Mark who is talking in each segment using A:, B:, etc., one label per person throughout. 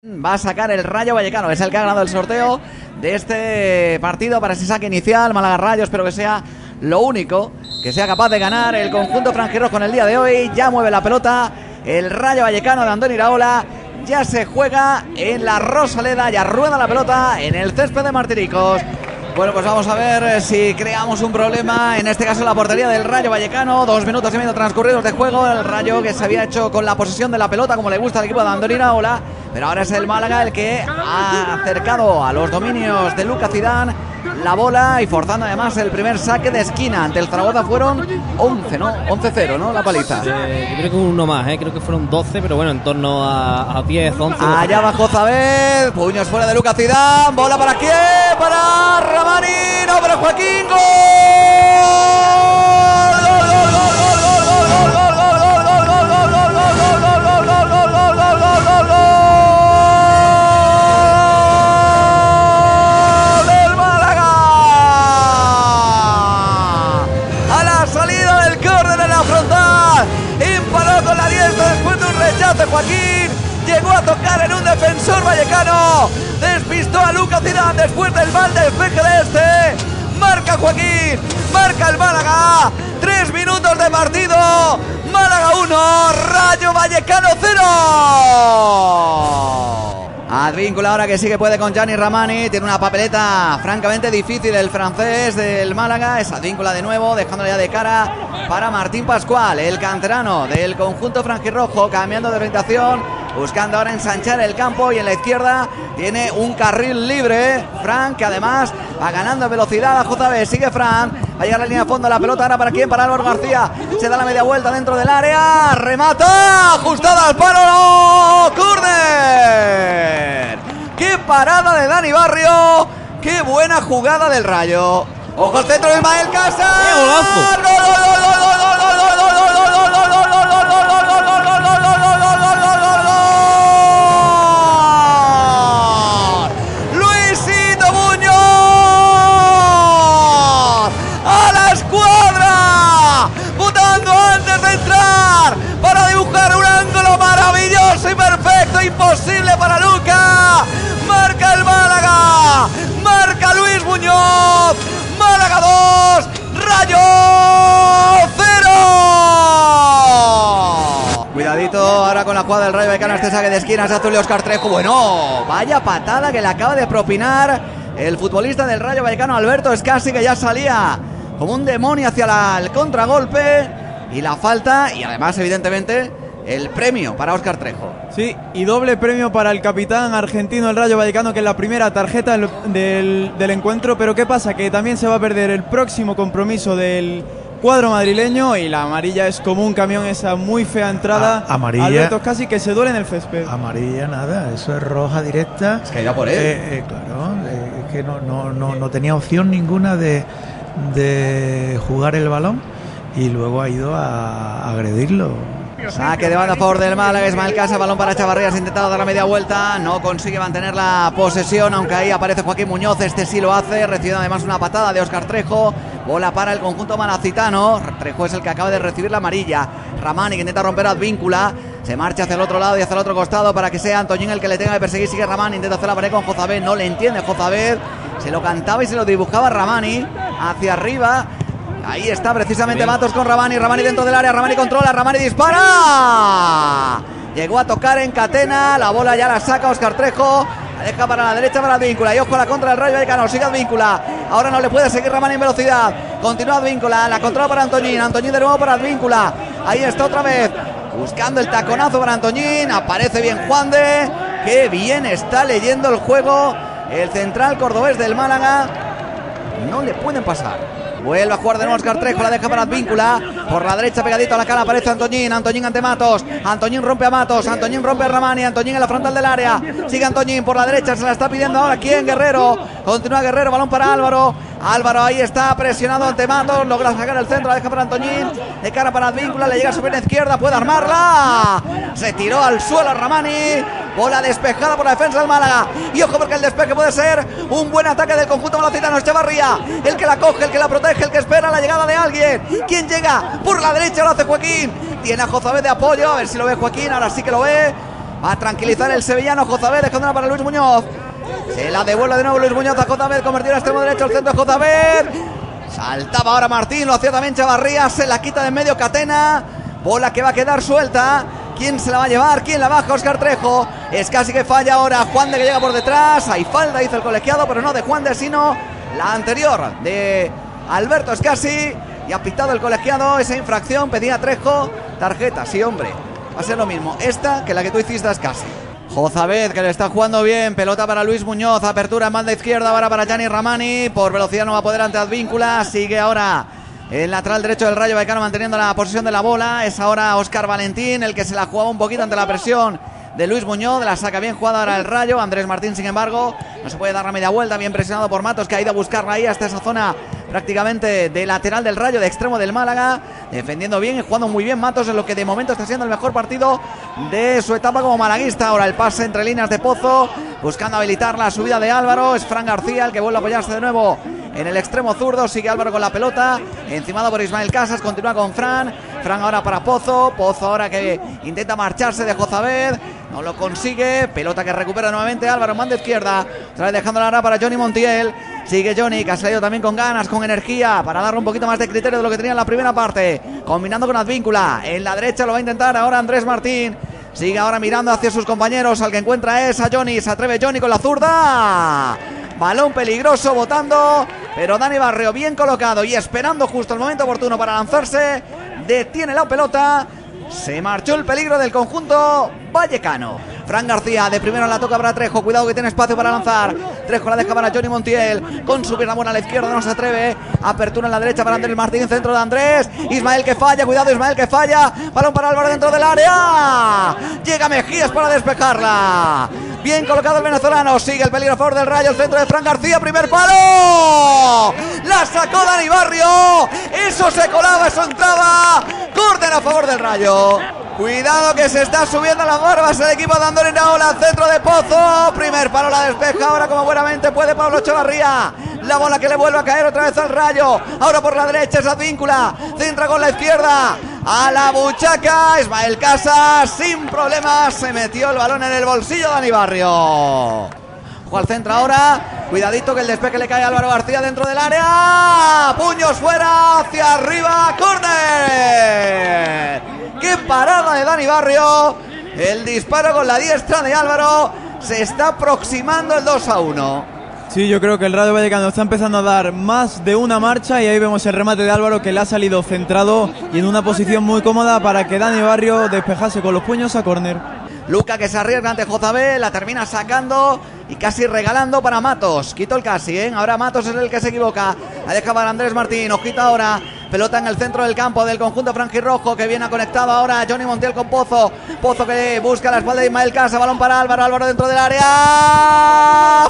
A: Va a sacar el Rayo Vallecano, que es el que ha ganado el sorteo de este partido para ese saque inicial. Málaga Rayo, espero que sea lo único que sea capaz de ganar el conjunto franjirrojo en el día de hoy. Ya mueve la pelota el Rayo Vallecano de Andoni Iraola. Ya se juega en la Rosaleda, ya rueda la pelota en el césped de Martiricos. Bueno, pues vamos a ver si creamos un problema, en este caso la portería del Rayo Vallecano. 2 minutos y medio transcurridos de juego. El Rayo que se había hecho con la posesión de la pelota, como le gusta al equipo de Andoni Iraola, pero ahora es el Málaga el que ha acercado a los dominios de Lucas Zidane la bola y forzando además el primer saque de esquina. Ante el Zaragoza fueron 11, ¿no? 11-0, ¿no? La paliza.
B: Yo creo que uno más, creo que fueron 12, pero bueno, en torno a 10, 11.
A: Allá abajo Zabel, puños fuera de Lucas Zidane, bola para quién, para Ramani, no, para Joaquín, gol. Joaquín llegó a tocar en un defensor vallecano, despistó a Lucas Zidane después del mal despeje de este. Marca Joaquín, marca el Málaga. 3 minutos de partido, Málaga 1, Rayo Vallecano 0. Advíncula ahora que sí que puede con Gianni Ramani. Tiene una papeleta francamente difícil el francés del Málaga. Es Advíncula de nuevo, dejándole ya de cara para Martín Pascual, el canterano del conjunto franjirrojo, cambiando de orientación, buscando ahora ensanchar el campo. Y en la izquierda tiene un carril libre Fran, que además va ganando velocidad a Jozabé. Sigue Fran, va a llegar a la línea de fondo, la pelota ahora para quién, para Álvaro García. Se da la media vuelta dentro del área, remata, ajustada al palo, ¡no! ¡Córner! ¡Qué parada de Dani Barrio! ¡Qué buena jugada del Rayo! ¡Ojo al centro de Ismael Casa!
B: ¡Qué golazo!
A: ¡Luisito Muñoz! ¡A la escuadra! Botando antes de entrar para dibujar un ángulo maravilloso y perfecto, imposible para Luca. Marca el Málaga, marca Luis Muñoz. Málaga 2, Rayo 0. Cuidadito ahora con la jugada del Rayo Vallecano, este saque de esquina, se hace Óscar Trejo. Bueno, vaya patada que le acaba de propinar el futbolista del Rayo Vallecano, Alberto Escasi, que ya salía como un demonio hacia el contragolpe. Y la falta, y además evidentemente el premio para Óscar Trejo.
C: Sí, y doble premio para el capitán argentino del Rayo Vallecano, que es la primera tarjeta del encuentro. Pero ¿qué pasa? Que también se va a perder el próximo compromiso del cuadro madrileño, y la amarilla es como un camión, esa muy fea entrada.
D: Amarilla.
C: Alberto casi que se duele en el césped.
D: Amarilla nada, eso es roja directa.
A: Es que ha ido por él.
D: Claro, es que no tenía opción ninguna de jugar el balón y luego ha ido a agredirlo.
A: Saque de banda a favor del Málaga, Ismael Casa, balón para Chavarrías, ha intentado dar la media vuelta, no consigue mantener la posesión, aunque ahí aparece Joaquín Muñoz, este sí lo hace, recibe además una patada de Óscar Trejo, bola para el conjunto malacitano. Trejo es el que acaba de recibir la amarilla. Ramani, que intenta romper Advíncula, se marcha hacia el otro lado y hacia el otro costado para que sea Antoñín el que le tenga que perseguir. Sigue Ramani, intenta hacer la pared con Jozabé, no le entiende Jozabé, se lo cantaba y se lo dibujaba Ramani hacia arriba. Ahí está precisamente Matos con Ramani, Ramani dentro del área, Ramani controla, Ramani dispara. Llegó a tocar en cadena, la bola ya la saca Óscar Trejo, la deja para la derecha para Advíncula, y ojo a la contra del Rayo Vallecano, sigue Advíncula, ahora no le puede seguir Ramani en velocidad, continúa Advíncula, la controla para Antoñín, Antoñín de nuevo para Advíncula, ahí está otra vez, buscando el taconazo para Antoñín, aparece bien Juande, que bien está leyendo el juego el central cordobés del Málaga, no le pueden pasar. Vuelve a jugar de nuevo Óscar Trejo, la deja para Advíncula, por la derecha pegadito a la cara aparece Antoñín, Antoñín ante Matos, Antoñín rompe a Matos, Antoñín rompe a Ramani, Antoñín en la frontal del área, sigue Antoñín por la derecha, se la está pidiendo ahora ¿quién? Guerrero, continúa Guerrero, balón para Álvaro, Álvaro ahí está presionado ante Matos, logra sacar el centro, la deja para Antoñín, de cara para Advíncula, le llega a su pierna izquierda, puede armarla, se tiró al suelo Ramani, bola despejada por la defensa del Málaga, y ojo porque el despeje puede ser un buen ataque del conjunto malacitano. Echevarría, el que la coge, el que la protege, el que espera la llegada de alguien. ¿Quién llega? Por la derecha lo hace Joaquín, tiene a Jozabé de apoyo, a ver si lo ve Joaquín, ahora sí que lo ve. Va a tranquilizar el sevillano Jozabed, dejándola para Luis Muñoz. Se la devuelve de nuevo Luis Muñoz a Jozabed, convertido en extremo derecho al centro de Jozabed. Saltaba ahora Martín, lo hacía también Chavarría, se la quita de en medio Catena. Bola que va a quedar suelta. ¿Quién se la va a llevar? ¿Quién la baja? Óscar Trejo. Es casi que falla ahora Juan de, que llega por detrás. Hay falta, dice el colegiado, pero no de Juan de, sino la anterior de Alberto Escasi. Y ha pitado el colegiado esa infracción. Pedía Trejo tarjeta, sí, hombre. Va a ser lo mismo esta que la que tú hiciste a Escasi. Jozabed, que le está jugando bien. Pelota para Luis Muñoz. Apertura en banda izquierda ahora para Gianni Ramani. Por velocidad no va a poder ante Advíncula. Sigue ahora el lateral derecho del Rayo Vallecano manteniendo la posesión de la bola. Es ahora Óscar Valentín el que se la jugaba un poquito ante la presión de Luis Muñoz. La saca bien jugada ahora el Rayo. Andrés Martín, sin embargo, no se puede dar la media vuelta. Bien presionado por Matos, que ha ido a buscarla ahí hasta esa zona prácticamente de lateral del Rayo, de extremo del Málaga. Defendiendo bien y jugando muy bien Matos en lo que de momento está siendo el mejor partido de su etapa como malaguista. Ahora el pase entre líneas de Pozo, buscando habilitar la subida de Álvaro. Es Fran García el que vuelve a apoyarse de nuevo en el extremo zurdo. Sigue Álvaro con la pelota, encimado por Ismael Casas. Continúa con Fran ahora para Pozo. Pozo ahora que intenta marcharse de Jozabed, no lo consigue. Pelota que recupera nuevamente Álvaro, manda izquierda, otra vez dejando la área para Johnny Montiel. Sigue Johnny, que ha salido también con ganas, con energía, para darle un poquito más de criterio de lo que tenía en la primera parte, combinando con Advíncula. En la derecha lo va a intentar ahora Andrés Martín. Sigue ahora mirando hacia sus compañeros. Al que encuentra es a Johnny. Se atreve Johnny con la zurda. Balón peligroso botando, pero Dani Barrio bien colocado y esperando justo el momento oportuno para lanzarse. Detiene la pelota. Se marchó el peligro del conjunto vallecano. Fran García de primero la toca para Trejo. Cuidado que tiene espacio para lanzar. Trejo la deja para Johnny Montiel. Con su pierna buena a la izquierda, no se atreve. Apertura en la derecha para Andrés Martín. Centro de Andrés. Ismael que falla. Cuidado Ismael que falla. Balón para Álvaro dentro del área. Llega Mejías para despejarla. Bien colocado el venezolano. Sigue el peligro a favor del Rayo. El centro de Fran García. Primer palo. La sacó Dani Barrio. Eso se colaba, eso entraba. Córner a favor del Rayo. Cuidado que se está subiendo las barbas el equipo de Andoni Iraola. Centro de Pozo. Primer palo, la despeja ahora como buenamente puede Pablo Chavarría. La bola que le vuelve a caer otra vez al Rayo. Ahora por la derecha es Advíncula. Centra con la izquierda. A la buchaca. Ismael Casas sin problemas. Se metió el balón en el bolsillo de Dani Barrio. Juega al centro ahora. Cuidadito que el despeje le cae a Álvaro García dentro del área. Puños fuera. Hacia arriba. ¡Córner! ¡Qué parada de Dani Barrio! El disparo con la diestra de Álvaro. Se está aproximando el 2-1.
C: Sí, yo creo que el Rayo Vallecano está empezando a dar más de una marcha y ahí vemos el remate de Álvaro que le ha salido centrado y en una posición muy cómoda para que Dani Barrio despejase con los puños a córner.
A: Luca que se arriesga ante Jozabed, la termina sacando y casi regalando para Matos. Quitó el casi, ¿eh? Ahora Matos es el que se equivoca. La deja para Andrés Martín, ojita ahora. Pelota en el centro del campo del conjunto franjirrojo que viene conectado ahora Johnny Montiel con Pozo. Pozo que busca la espalda de Ismael Casa. Balón para Álvaro. Álvaro dentro del área.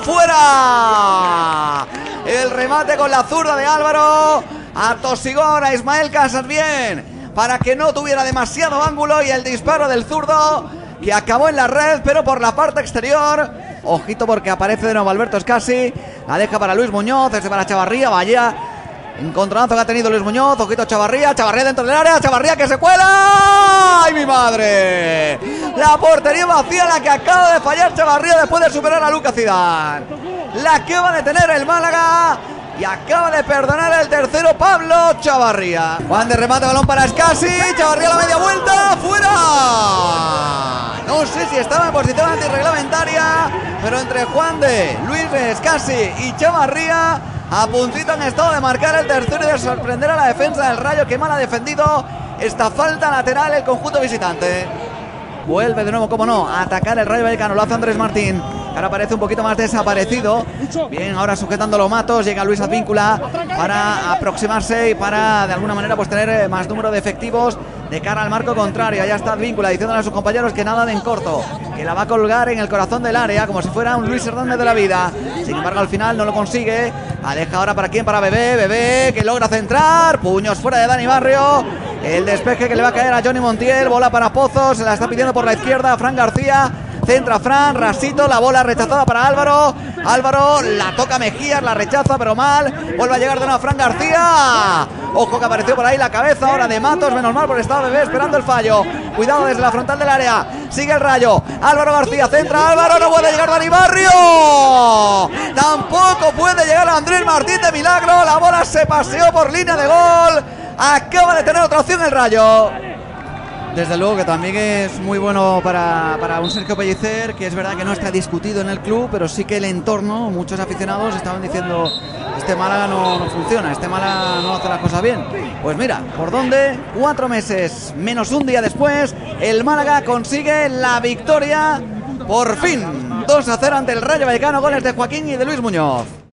A: ¡Fuera! El remate con la zurda de Álvaro. Atosigó ahora Ismael Casas bien para que no tuviera demasiado ángulo y el disparo del zurdo que acabó en la red, pero por la parte exterior. Ojito porque aparece de nuevo Alberto Escasi. La deja para Luis Muñoz, desde para Chavarría. Vaya encontronazo que ha tenido Luis Muñoz. Ojito Chavarría, Chavarría dentro del área. Chavarría que se cuela. ¡Ay, mi madre! La portería vacía, la que acaba de fallar Chavarría después de superar a Lucas Zidane. La que va a detener el Málaga. Y acaba de perdonar el tercero Pablo Chavarría. Juan de remate, balón para Escasi. Chavarría a la media vuelta. ¡Fuera! No sé si estaba en posición antirreglamentaria, pero entre Juan de, Luis Escasi y Chavarría a puntito han estado de marcar el tercero y de sorprender a la defensa del Rayo, que mal ha defendido esta falta lateral el conjunto visitante. Vuelve de nuevo, como no, a atacar el Rayo Vallecano. Lo hace Andrés Martín, que ahora parece un poquito más desaparecido. Bien, ahora sujetándolo Matos. Llega Luis Advíncula para aproximarse y para de alguna manera pues tener más número de efectivos de cara al marco contrario. Allá está Advíncula diciéndole a sus compañeros que nada de en corto, que la va a colgar en el corazón del área como si fuera un Luis Hernández de la vida. Sin embargo al final no lo consigue. La deja ahora para quién, para Bebé. Bebé que logra centrar. Puños fuera de Dani Barrio. El despeje que le va a caer a Johnny Montiel. Bola para Pozo. Se la está pidiendo por la izquierda Fran García. centra Fran, rasito, la bola rechazada para Álvaro. Álvaro la toca Mejías, la rechaza pero mal. Vuelve a llegar de nuevo Fran García. Ojo que apareció por ahí la cabeza ahora de Matos, menos mal porque estaba Bebé esperando el fallo. Cuidado desde la frontal del área. Sigue el Rayo. Álvaro García centra, Álvaro, no puede llegar Dani Barrio. Tampoco puede llegar Andrés Martín de milagro. La bola se paseó por línea de gol. Acaba de tener otra opción el Rayo. Desde luego que también es muy bueno para un Sergio Pellicer, que es verdad que no está discutido en el club, pero sí que el entorno, muchos aficionados estaban diciendo: este Málaga no funciona, este Málaga no hace las cosas bien. Pues mira, ¿por dónde? 4 meses menos un día después, el Málaga consigue la victoria, por fin, 2-0 ante el Rayo Vallecano, goles de Joaquín y de Luis Muñoz.